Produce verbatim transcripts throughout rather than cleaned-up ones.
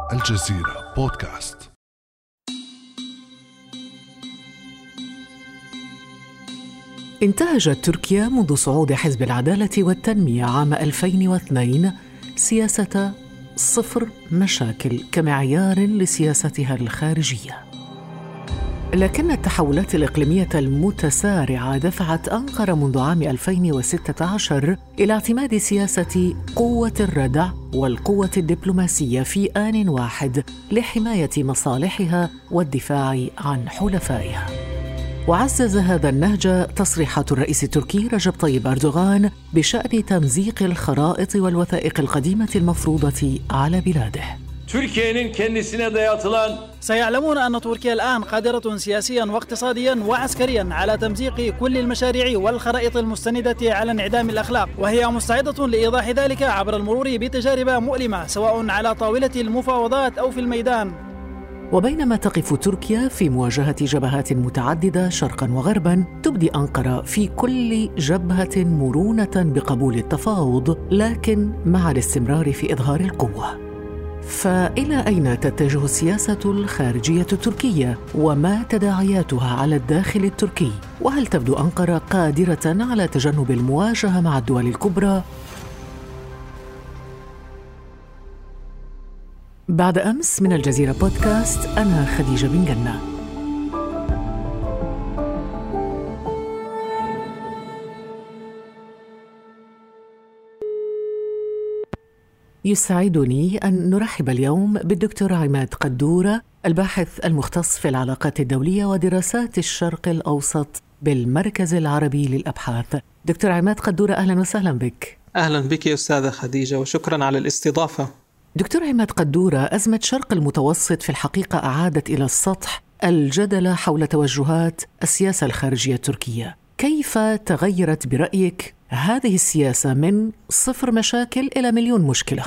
الجزيرة بودكاست. انتهجت تركيا منذ صعود حزب العدالة والتنمية عام ألفين واثنين سياسة صفر مشاكل كمعيار لسياستها الخارجية، لكن التحولات الإقليمية المتسارعة دفعت أنقرة منذ عام ألفين وستة عشر إلى اعتماد سياسة قوة الردع والقوة الدبلوماسية في آن واحد لحماية مصالحها والدفاع عن حلفائها. وعزز هذا النهج تصريحات الرئيس التركي رجب طيب أردوغان بشأن تمزيق الخرائط والوثائق القديمة المفروضة على بلاده. سيعلمون أن تركيا الآن قادرة سياسياً واقتصادياً وعسكرياً على تمزيق كل المشاريع والخرائط المستندة على انعدام الأخلاق، وهي مستعدة لإيضاح ذلك عبر المرور بتجارب مؤلمة سواء على طاولة المفاوضات أو في الميدان. وبينما تقف تركيا في مواجهة جبهات متعددة شرقاً وغرباً، تبدي أنقرة في كل جبهة مرونة بقبول التفاوض، لكن مع الاستمرار في إظهار القوة. فإلى أين تتجه السياسة الخارجية التركية؟ وما تداعياتها على الداخل التركي؟ وهل تبدو أنقرة قادرة على تجنب المواجهة مع الدول الكبرى؟ بعد أمس من الجزيرة بودكاست، أنا خديجة بن جنة. يسعدني أن نرحب اليوم بالدكتور عماد قدورة، الباحث المختص في العلاقات الدولية ودراسات الشرق الأوسط بالمركز العربي للأبحاث. دكتور عماد قدورة، أهلا وسهلا بك. أهلا بك يا أستاذة خديجة، وشكرا على الاستضافة. دكتور عماد قدورة، أزمة شرق المتوسط في الحقيقة أعادت إلى السطح الجدل حول توجهات السياسة الخارجية التركية. كيف تغيرت برأيك هذه السياسة من صفر مشاكل إلى مليون مشكلة؟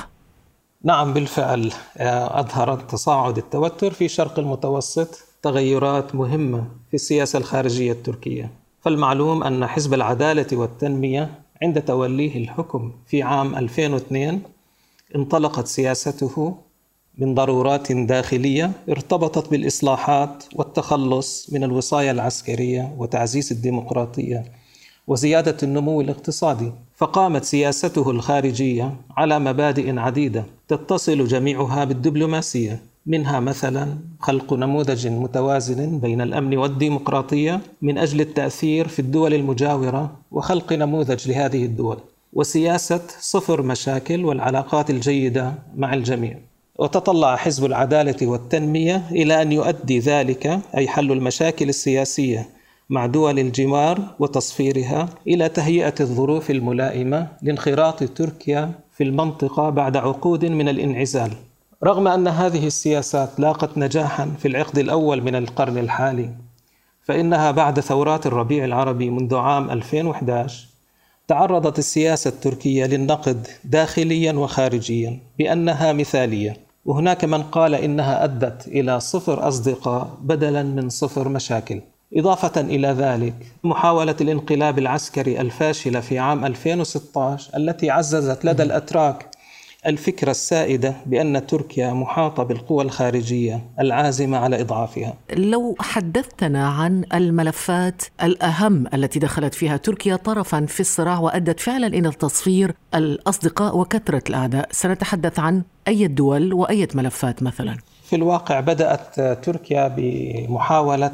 نعم، بالفعل أظهرت تصاعد التوتر في شرق المتوسط تغيرات مهمة في السياسة الخارجية التركية. فالمعلوم أن حزب العدالة والتنمية عند توليه الحكم في عام ألفين واثنين انطلقت سياسته من ضرورات داخلية ارتبطت بالإصلاحات والتخلص من الوصاية العسكرية وتعزيز الديمقراطية وزيادة النمو الاقتصادي. فقامت سياسته الخارجية على مبادئ عديدة تتصل جميعها بالدبلوماسية، منها مثلا خلق نموذج متوازن بين الأمن والديمقراطية من أجل التأثير في الدول المجاورة وخلق نموذج لهذه الدول، وسياسة صفر مشاكل والعلاقات الجيدة مع الجميع. وتطلع حزب العدالة والتنمية إلى أن يؤدي ذلك، أي حل المشاكل السياسية مع دول الجوار وتصفيرها، إلى تهيئة الظروف الملائمة لانخراط تركيا في المنطقة بعد عقود من الانعزال. رغم أن هذه السياسات لاقت نجاحا في العقد الأول من القرن الحالي، فإنها بعد ثورات الربيع العربي منذ عام ألفين وإحدى عشر تعرضت السياسة التركية للنقد داخليا وخارجيا بأنها مثالية، وهناك من قال إنها أدت إلى صفر أصدقاء بدلا من صفر مشاكل. إضافة إلى ذلك، محاولة الانقلاب العسكري الفاشلة في عام ألفين وستة عشر التي عززت لدى الأتراك الفكرة السائدة بأن تركيا محاطة بالقوى الخارجية العازمة على إضعافها. لو حدثتنا عن الملفات الأهم التي دخلت فيها تركيا طرفا في الصراع وأدت فعلا إلى تصفير الأصدقاء وكثرة الأعداء، سنتحدث عن أي دول وأي ملفات مثلا؟ في الواقع بدأت تركيا بمحاولة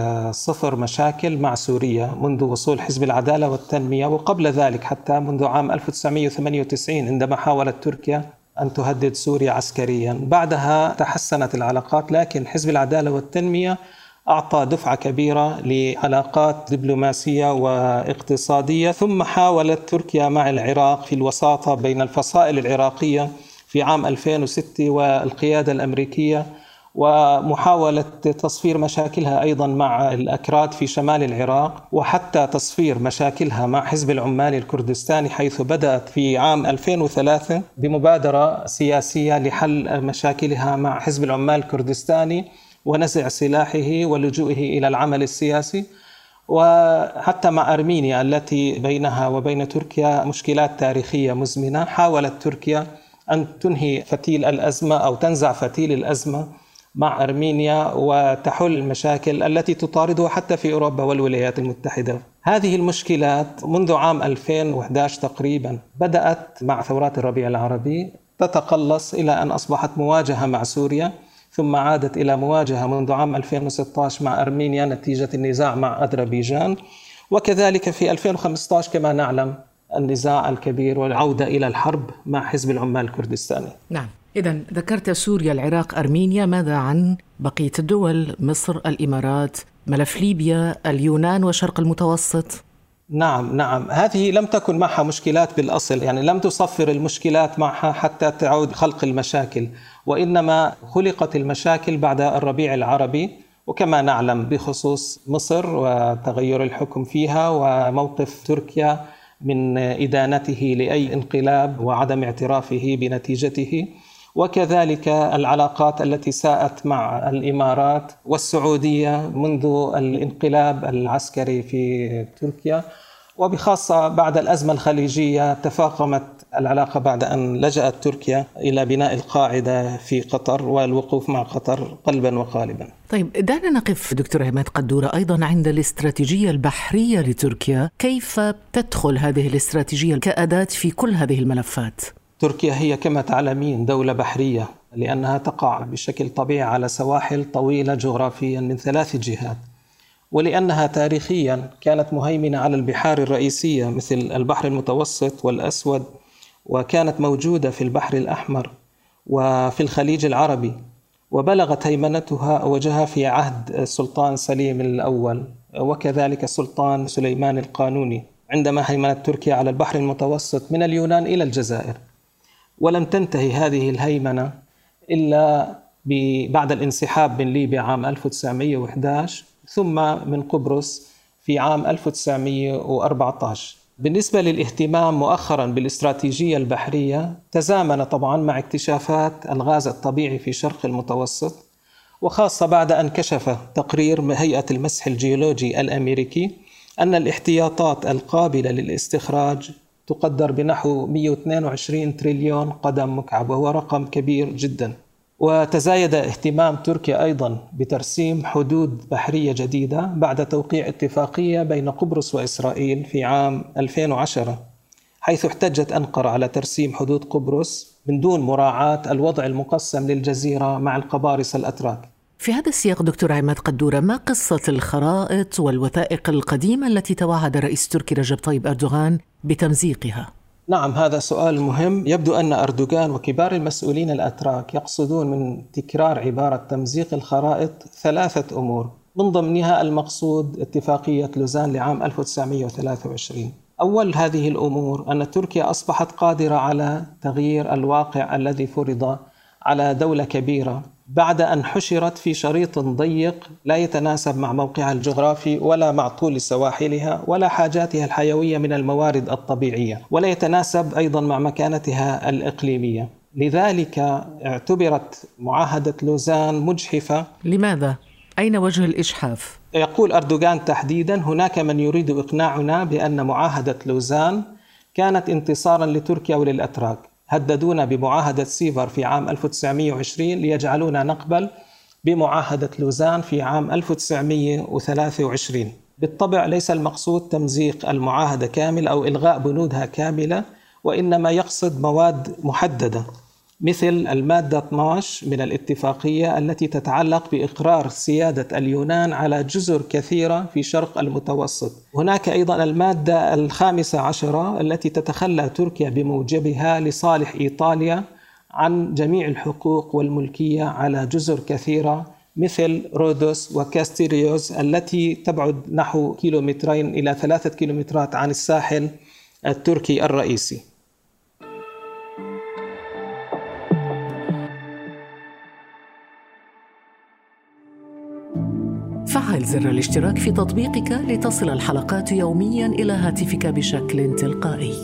صفر مشاكل مع سوريا منذ وصول حزب العدالة والتنمية، وقبل ذلك حتى منذ عام ألف وتسعمائة وثمانية وتسعين عندما حاولت تركيا أن تهدد سوريا عسكريا. بعدها تحسنت العلاقات، لكن حزب العدالة والتنمية أعطى دفعة كبيرة لعلاقات دبلوماسية واقتصادية. ثم حاولت تركيا مع العراق في الوساطة بين الفصائل العراقية في عام ألفين وستة والقيادة الأمريكية، ومحاولة تصفير مشاكلها أيضا مع الأكراد في شمال العراق، وحتى تصفير مشاكلها مع حزب العمال الكردستاني، حيث بدأت في عام ألفين وثلاثة بمبادرة سياسية لحل مشاكلها مع حزب العمال الكردستاني ونزع سلاحه ولجوئه إلى العمل السياسي. وحتى مع أرمينيا التي بينها وبين تركيا مشكلات تاريخية مزمنة، حاولت تركيا أن تنهي فتيل الأزمة أو تنزع فتيل الأزمة مع أرمينيا وتحل المشاكل التي تطاردها حتى في أوروبا والولايات المتحدة. هذه المشكلات منذ عام ألفين وإحدى عشر تقريبا بدأت مع ثورات الربيع العربي تتقلص إلى أن أصبحت مواجهة مع سوريا، ثم عادت إلى مواجهة منذ عام ألفين وستة عشر مع أرمينيا نتيجة النزاع مع أذربيجان، وكذلك في ألفين وخمسة عشر كما نعلم النزاع الكبير والعودة إلى الحرب مع حزب العمال الكردستاني. نعم، إذن ذكرت سوريا، العراق، أرمينيا، ماذا عن بقية الدول؟ مصر، الإمارات، ملف ليبيا، اليونان وشرق المتوسط؟ نعم نعم هذه لم تكن معها مشكلات بالأصل، يعني لم تصفر المشكلات معها حتى تعود خلق المشاكل، وإنما خلقت المشاكل بعد الربيع العربي، وكما نعلم بخصوص مصر وتغير الحكم فيها وموقف تركيا من إدانته لأي انقلاب وعدم اعترافه بنتيجته، وكذلك العلاقات التي ساءت مع الإمارات والسعودية منذ الانقلاب العسكري في تركيا، وبخاصة بعد الأزمة الخليجية تفاقمت العلاقة بعد أن لجأت تركيا إلى بناء القاعدة في قطر والوقوف مع قطر قلبا وقالبا. طيب دعنا نقف دكتور عماد قدورة أيضا عند الاستراتيجية البحرية لتركيا. كيف تدخل هذه الاستراتيجية كأداة في كل هذه الملفات؟ تركيا هي كما تعلمين دولة بحرية لأنها تقع بشكل طبيعي على سواحل طويلة جغرافيا من ثلاث جهات، ولأنها تاريخيا كانت مهيمنة على البحار الرئيسية مثل البحر المتوسط والأسود، وكانت موجودة في البحر الأحمر وفي الخليج العربي، وبلغت هيمنتها وجهها في عهد السلطان سليم الأول وكذلك السلطان سليمان القانوني عندما هيمنت تركيا على البحر المتوسط من اليونان إلى الجزائر. ولم تنتهي هذه الهيمنة إلا بعد الانسحاب من ليبيا عام ألف وتسعمئة وإحدى عشر ثم من قبرص في عام ألف وتسعمئة وأربعة عشر. بالنسبة للاهتمام مؤخرا بالاستراتيجية البحرية تزامن طبعا مع اكتشافات الغاز الطبيعي في شرق المتوسط، وخاصة بعد أن كشف تقرير هيئة المسح الجيولوجي الأمريكي أن الاحتياطات القابلة للاستخراج تقدر بنحو مئة واثنين وعشرين تريليون قدم مكعب، وهو رقم كبير جدا. وتزايد اهتمام تركيا أيضا بترسيم حدود بحرية جديدة بعد توقيع اتفاقية بين قبرص وإسرائيل في عام ألفين وعشرة، حيث احتجت أنقرة على ترسيم حدود قبرص من دون مراعاة الوضع المقسم للجزيرة مع القبارصة الأتراك. في هذا السياق دكتور عماد قدورة، ما قصة الخرائط والوثائق القديمة التي توعد الرئيس التركي رجب طيب أردوغان بتمزيقها؟ نعم هذا سؤال مهم. يبدو أن أردوغان وكبار المسؤولين الأتراك يقصدون من تكرار عبارة تمزيق الخرائط ثلاثة أمور، من ضمنها المقصود اتفاقية لوزان لعام ألف وتسعمئة وثلاثة وعشرين. أول هذه الأمور أن تركيا أصبحت قادرة على تغيير الواقع الذي فرض على دولة كبيرة بعد أن حشرت في شريط ضيق لا يتناسب مع موقعها الجغرافي ولا مع طول سواحلها ولا حاجاتها الحيوية من الموارد الطبيعية، ولا يتناسب أيضا مع مكانتها الإقليمية. لذلك اعتبرت معاهدة لوزان مجحفة. لماذا؟ أين وجه الإجحاف؟ يقول أردوغان تحديدا هناك من يريد إقناعنا بأن معاهدة لوزان كانت انتصارا لتركيا وللأتراك. هددونا بمعاهدة سيفر في عام ألف وتسعمئة وعشرين ليجعلونا نقبل بمعاهدة لوزان في عام ألف وتسعمئة وثلاثة وعشرين. بالطبع ليس المقصود تمزيق المعاهدة كامل أو إلغاء بنودها كاملة، وإنما يقصد مواد محددة مثل المادة اثني عشر من الاتفاقية التي تتعلق بإقرار سيادة اليونان على جزر كثيرة في شرق المتوسط. هناك أيضا المادة الخامسة عشرة التي تتخلى تركيا بموجبها لصالح إيطاليا عن جميع الحقوق والملكية على جزر كثيرة مثل رودوس وكاستيريوس التي تبعد نحو كيلومترين إلى ثلاثة كيلومترات عن الساحل التركي الرئيسي. فعل زر الاشتراك في تطبيقك لتصل الحلقات يومياً إلى هاتفك بشكل تلقائي.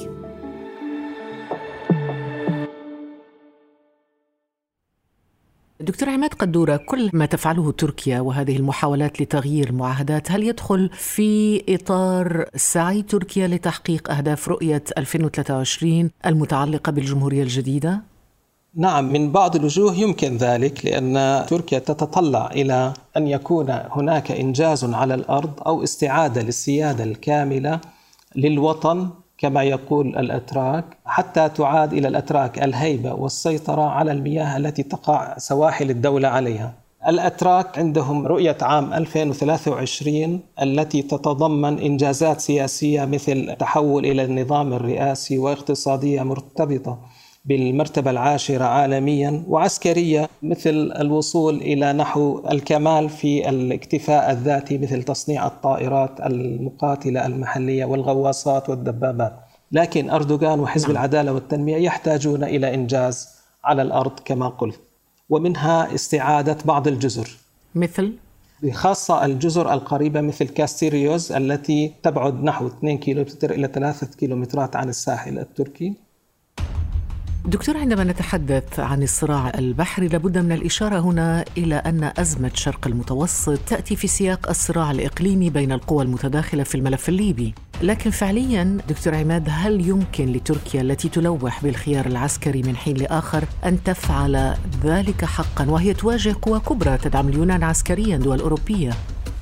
دكتور عماد قدورة، كل ما تفعله تركيا وهذه المحاولات لتغيير المعاهدات هل يدخل في إطار سعي تركيا لتحقيق أهداف رؤية ألفين وثلاثة وعشرين المتعلقة بالجمهورية الجديدة؟ نعم، من بعض الوجوه يمكن ذلك، لأن تركيا تتطلع إلى أن يكون هناك إنجاز على الأرض أو استعادة للسيادة الكاملة للوطن كما يقول الأتراك، حتى تعاد إلى الأتراك الهيبة والسيطرة على المياه التي تقع سواحل الدولة عليها. الأتراك عندهم رؤية عام ألفين وثلاثة وعشرين التي تتضمن إنجازات سياسية مثل التحول إلى النظام الرئاسي، واقتصادية مرتبطة بالمرتبة العاشرة عالميا، وعسكرية مثل الوصول إلى نحو الكمال في الاكتفاء الذاتي مثل تصنيع الطائرات المقاتلة المحلية والغواصات والدبابات. لكن أردوغان وحزب العدالة والتنمية يحتاجون إلى إنجاز على الأرض كما قلت، ومنها استعادة بعض الجزر، مثل بخاصة الجزر القريبة مثل كاستيريوز التي تبعد نحو اثنين كيلومتر إلى ثلاثة كيلومترات عن الساحل التركي. دكتور، عندما نتحدث عن الصراع البحري لابد من الإشارة هنا إلى أن أزمة شرق المتوسط تأتي في سياق الصراع الإقليمي بين القوى المتداخلة في الملف الليبي. لكن فعلياً دكتور عماد، هل يمكن لتركيا التي تلوح بالخيار العسكري من حين لآخر أن تفعل ذلك حقاً وهي تواجه قوى كبرى تدعم اليونان عسكرياً دول أوروبية؟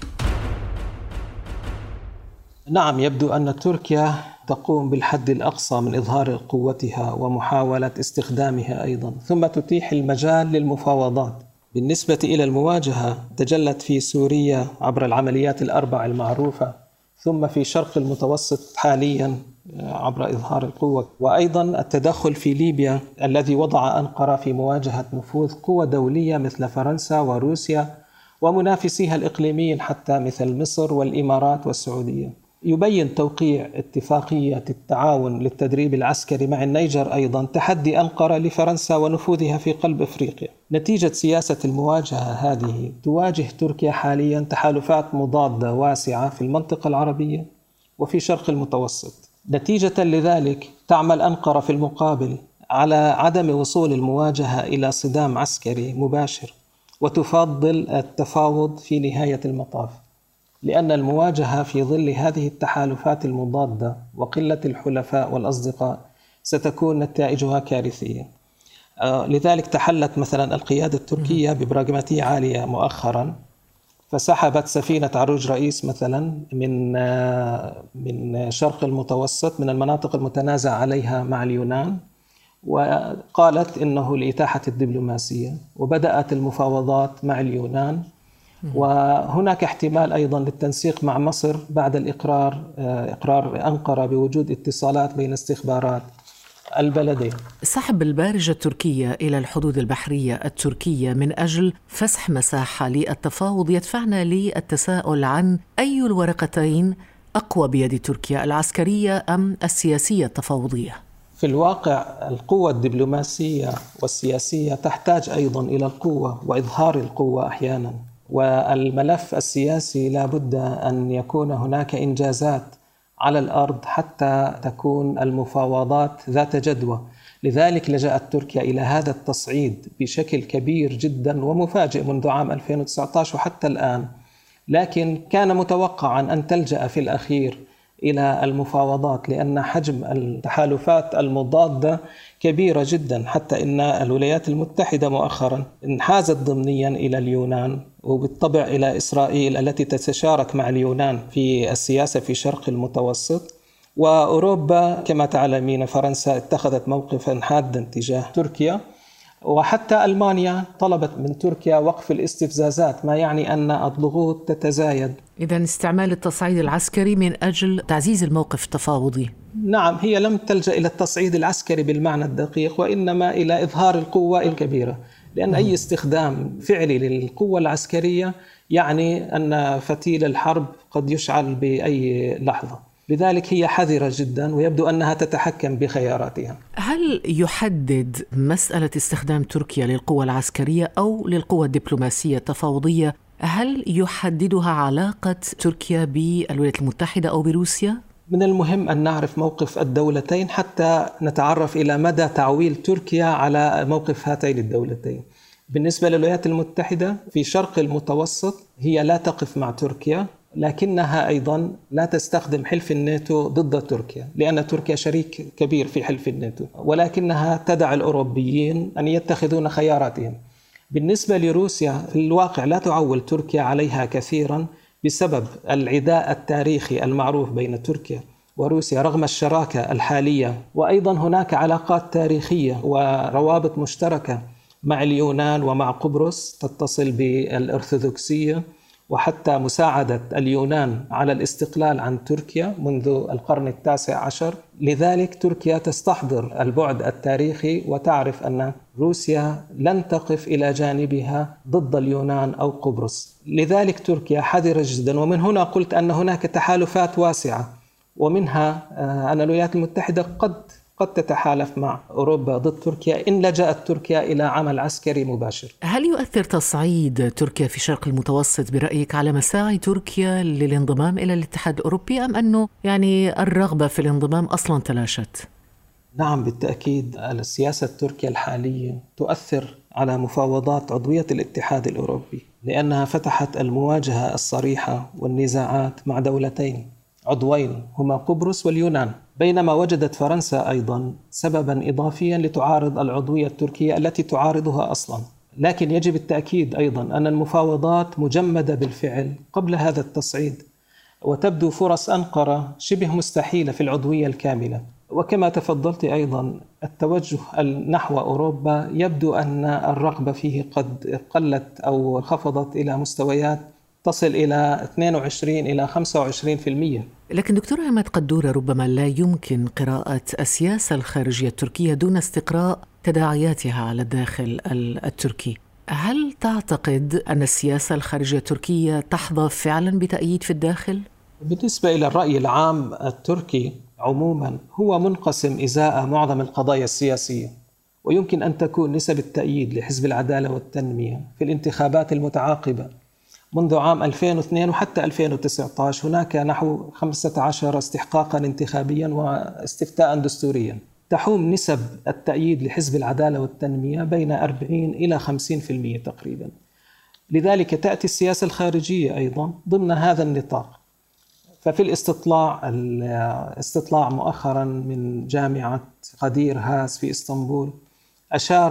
نعم، يبدو أن تركيا تقوم بالحد الأقصى من إظهار قوتها ومحاولة استخدامها أيضا، ثم تتيح المجال للمفاوضات. بالنسبة إلى المواجهة تجلت في سوريا عبر العمليات الأربع المعروفة، ثم في شرق المتوسط حاليا عبر إظهار القوة، وأيضا التدخل في ليبيا الذي وضع أنقرة في مواجهة نفوذ قوى دولية مثل فرنسا وروسيا ومنافسيها الإقليميين حتى مثل مصر والإمارات والسعودية. يبين توقيع اتفاقية التعاون للتدريب العسكري مع النيجر أيضا تحدي أنقرة لفرنسا ونفوذها في قلب أفريقيا. نتيجة سياسة المواجهة هذه تواجه تركيا حاليا تحالفات مضادة واسعة في المنطقة العربية وفي شرق المتوسط. نتيجة لذلك تعمل أنقرة في المقابل على عدم وصول المواجهة إلى صدام عسكري مباشر، وتفضل التفاوض في نهاية المطاف، لأن المواجهة في ظل هذه التحالفات المضادة وقلة الحلفاء والأصدقاء ستكون نتائجها كارثية. لذلك تحلت مثلا القيادة التركية ببراغماتية عالية مؤخرا، فسحبت سفينة عروج رئيس مثلا من من شرق المتوسط من المناطق المتنازع عليها مع اليونان، وقالت إنه لإتاحة الدبلوماسية، وبدأت المفاوضات مع اليونان. وهناك احتمال أيضا للتنسيق مع مصر بعد الإقرار إقرار أنقرة بوجود اتصالات بين استخبارات البلدين. سحب البارجة التركية إلى الحدود البحرية التركية من أجل فسح مساحة للتفاوض يدفعنا للتساؤل عن أي الورقتين أقوى بيد تركيا، العسكرية أم السياسية التفاوضية؟ في الواقع القوة الدبلوماسية والسياسية تحتاج أيضا إلى القوة وإظهار القوة أحيانا، والملف السياسي لا بد أن يكون هناك إنجازات على الأرض حتى تكون المفاوضات ذات جدوى. لذلك لجأت تركيا إلى هذا التصعيد بشكل كبير جدا ومفاجئ منذ عام ألفين وتسعة عشر وحتى الآن، لكن كان متوقعا أن تلجأ في الأخير إلى المفاوضات، لأن حجم التحالفات المضادة كبيرة جدا، حتى إن الولايات المتحدة مؤخرا انحازت ضمنيا إلى اليونان وبالطبع إلى إسرائيل التي تتشارك مع اليونان في السياسة في شرق المتوسط. وأوروبا كما تعلمين فرنسا اتخذت موقفا حادا تجاه تركيا، وحتى ألمانيا طلبت من تركيا وقف الاستفزازات، ما يعني أن الضغوط تتزايد. إذن استعمال التصعيد العسكري من أجل تعزيز الموقف التفاوضي. نعم، هي لم تلجأ إلى التصعيد العسكري بالمعنى الدقيق، وإنما إلى إظهار القوة الكبيرة، لأن أي استخدام فعلي للقوة العسكرية يعني أن فتيل الحرب قد يشعل بأي لحظة. لذلك هي حذرة جدا، ويبدو أنها تتحكم بخياراتها. هل يحدد مسألة استخدام تركيا للقوة العسكرية أو للقوة الدبلوماسية التفاوضية، هل يحددها علاقة تركيا بالولايات المتحدة أو بروسيا؟ من المهم أن نعرف موقف الدولتين حتى نتعرف إلى مدى تعويل تركيا على موقف هاتين الدولتين. بالنسبة للولايات المتحدة في شرق المتوسط هي لا تقف مع تركيا، لكنها أيضا لا تستخدم حلف الناتو ضد تركيا، لأن تركيا شريك كبير في حلف الناتو، ولكنها تدع الأوروبيين أن يتخذون خياراتهم. بالنسبة لروسيا في الواقع لا تعول تركيا عليها كثيرا بسبب العداء التاريخي المعروف بين تركيا وروسيا رغم الشراكة الحالية، وأيضا هناك علاقات تاريخية وروابط مشتركة مع اليونان ومع قبرص تتصل بالأرثوذكسية، وحتى مساعدة اليونان على الاستقلال عن تركيا منذ القرن التاسع عشر. لذلك تركيا تستحضر البعد التاريخي وتعرف أن روسيا لن تقف إلى جانبها ضد اليونان أو قبرص. لذلك تركيا حذرة جدا، ومن هنا قلت أن هناك تحالفات واسعة، ومنها أن الولايات المتحدة قد قد تتحالف مع أوروبا ضد تركيا إن لجأت تركيا إلى عمل عسكري مباشر. هل يؤثر تصعيد تركيا في الشرق المتوسط برأيك على مساعي تركيا للانضمام إلى الاتحاد الأوروبي، أم أنه يعني الرغبة في الانضمام أصلا تلاشت؟ نعم بالتأكيد، السياسة التركية الحالية تؤثر على مفاوضات عضوية الاتحاد الأوروبي، لأنها فتحت المواجهة الصريحة والنزاعات مع دولتين عضوين هما قبرص واليونان، بينما وجدت فرنسا أيضا سببا إضافيا لتعارض العضوية التركية التي تعارضها أصلا. لكن يجب التأكيد أيضا أن المفاوضات مجمدة بالفعل قبل هذا التصعيد، وتبدو فرص أنقرة شبه مستحيلة في العضوية الكاملة. وكما تفضلت أيضا التوجه نحو أوروبا يبدو أن الرغبة فيه قد قلت أو خفضت إلى مستويات تصل إلى اثنين وعشرين إلى خمسة وعشرين بالمئة. لكن دكتور عماد قدورة، ربما لا يمكن قراءة السياسة الخارجية التركية دون استقراء تداعياتها على الداخل التركي. هل تعتقد أن السياسة الخارجية التركية تحظى فعلا بتأييد في الداخل؟ بالنسبة إلى الرأي العام التركي عموما هو منقسم إزاء معظم القضايا السياسية، ويمكن أن تكون نسب التأييد لحزب العدالة والتنمية في الانتخابات المتعاقبة منذ عام ألفين واثنين وحتى ألفين وتسعة عشر هناك نحو خمسة عشر استحقاقا انتخابيا واستفتاء دستوريا، تحوم نسب التأييد لحزب العدالة والتنمية بين أربعين إلى خمسين بالمئة تقريبا. لذلك تأتي السياسة الخارجية أيضا ضمن هذا النطاق. ففي الاستطلاع الاستطلاع مؤخرا من جامعة قدير هاس في إسطنبول أشار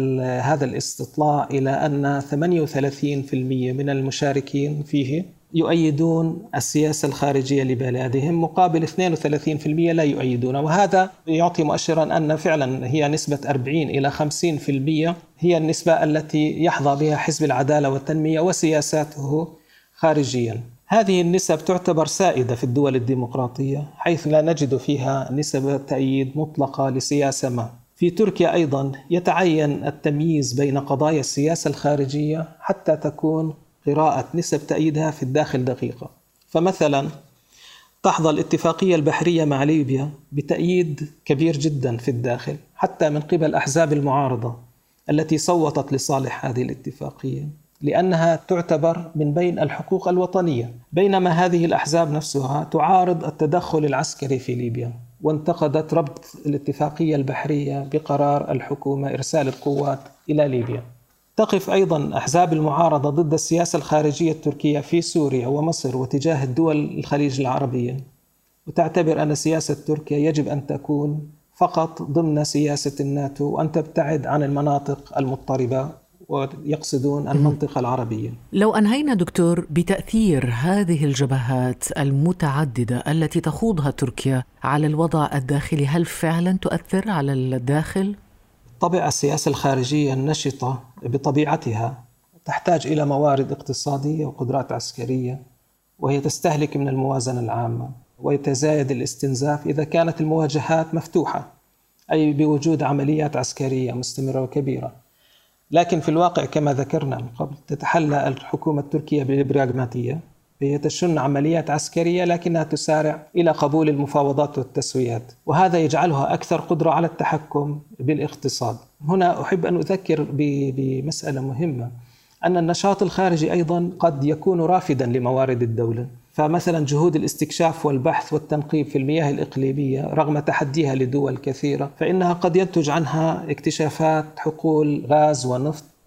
هذا الاستطلاع إلى أن ثمانية وثلاثين بالمئة من المشاركين فيه يؤيدون السياسة الخارجية لبلادهم مقابل اثنين وثلاثين بالمئة لا يؤيدون، وهذا يعطي مؤشرا أن فعلا هي نسبة أربعين إلى خمسين بالمئة هي النسبة التي يحظى بها حزب العدالة والتنمية وسياساته خارجيا. هذه النسب تعتبر سائدة في الدول الديمقراطية حيث لا نجد فيها نسبة تأييد مطلقة لسياسة ما. في تركيا أيضا يتعين التمييز بين قضايا السياسة الخارجية حتى تكون قراءة نسب تأييدها في الداخل دقيقة. فمثلا تحظى الاتفاقية البحرية مع ليبيا بتأييد كبير جدا في الداخل حتى من قبل أحزاب المعارضة التي صوتت لصالح هذه الاتفاقية، لأنها تعتبر من بين الحقوق الوطنية، بينما هذه الأحزاب نفسها تعارض التدخل العسكري في ليبيا وانتقدت ربط الاتفاقية البحرية بقرار الحكومة إرسال القوات إلى ليبيا. تقف أيضا أحزاب المعارضة ضد السياسة الخارجية التركية في سوريا ومصر وتجاه الدول الخليج العربية، وتعتبر أن سياسة تركيا يجب أن تكون فقط ضمن سياسة الناتو وأن تبتعد عن المناطق المضطربة، ويقصدون المنطقة العربية. لو أنهينا دكتور بتأثير هذه الجبهات المتعددة التي تخوضها تركيا على الوضع الداخلي، هل فعلا تؤثر على الداخل؟ طبع السياسة الخارجية النشطة بطبيعتها تحتاج إلى موارد اقتصادية وقدرات عسكرية، وهي تستهلك من الموازنة العامة، ويتزايد الاستنزاف إذا كانت المواجهات مفتوحة، أي بوجود عمليات عسكرية مستمرة وكبيرة. لكن في الواقع كما ذكرنا من قبل تتحلى الحكومة التركية بالبراغماتية، هي تشن عمليات عسكرية لكنها تسارع إلى قبول المفاوضات والتسويات، وهذا يجعلها أكثر قدرة على التحكم بالاقتصاد. هنا أحب أن أذكر بمسألة مهمة، أن النشاط الخارجي أيضا قد يكون رافدا لموارد الدولة. فمثلا جهود الاستكشاف والبحث والتنقيب في المياه الإقليمية رغم تحديها لدول كثيرة، فإنها قد ينتج عنها اكتشافات حقول غاز ونفط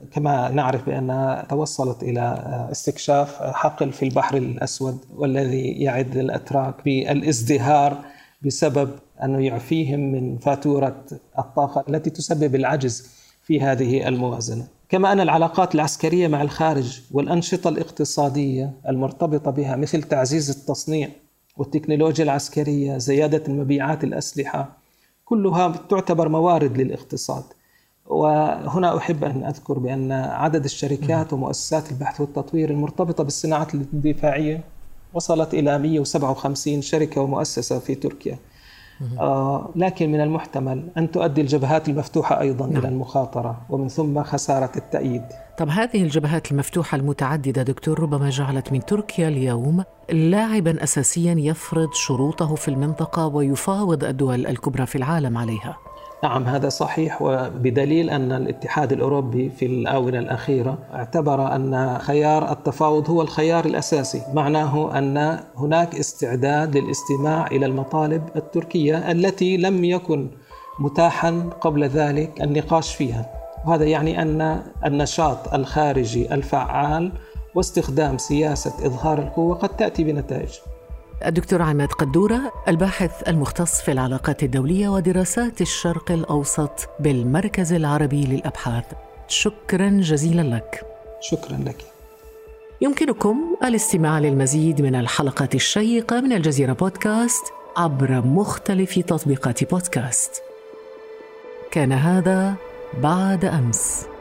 كما نعرف بأنها توصلت إلى استكشاف حقل في البحر الأسود، والذي يعد الأتراك بالازدهار بسبب أنه يعفيهم من فاتورة الطاقة التي تسبب العجز في هذه الموازنة. كما أن العلاقات العسكرية مع الخارج والأنشطة الاقتصادية المرتبطة بها مثل تعزيز التصنيع والتكنولوجيا العسكرية، زيادة مبيعات الأسلحة، كلها تعتبر موارد للاقتصاد. وهنا أحب أن أذكر بأن عدد الشركات ومؤسسات البحث والتطوير المرتبطة بالصناعات الدفاعية وصلت إلى مئة وسبعة وخمسين شركة ومؤسسة في تركيا. آه لكن من المحتمل أن تؤدي الجبهات المفتوحة أيضا نعم. إلى المخاطرة ومن ثم خسارة التأييد. طب هذه الجبهات المفتوحة المتعددة دكتور ربما جعلت من تركيا اليوم لاعبا أساسيا يفرض شروطه في المنطقة ويفاوض الدول الكبرى في العالم عليها. نعم هذا صحيح، وبدليل أن الاتحاد الأوروبي في الآونة الأخيرة اعتبر أن خيار التفاوض هو الخيار الأساسي، معناه أن هناك استعداد للاستماع إلى المطالب التركية التي لم يكن متاحا قبل ذلك النقاش فيها. وهذا يعني أن النشاط الخارجي الفعال واستخدام سياسة إظهار القوة قد تأتي بنتائج. الدكتور عماد قدورة، الباحث المختص في العلاقات الدولية ودراسات الشرق الأوسط بالمركز العربي للأبحاث، شكراً جزيلاً لك. شكراً لك. يمكنكم الاستماع للمزيد من الحلقات الشيقة من الجزيرة بودكاست عبر مختلف تطبيقات بودكاست. كان هذا بعد أمس.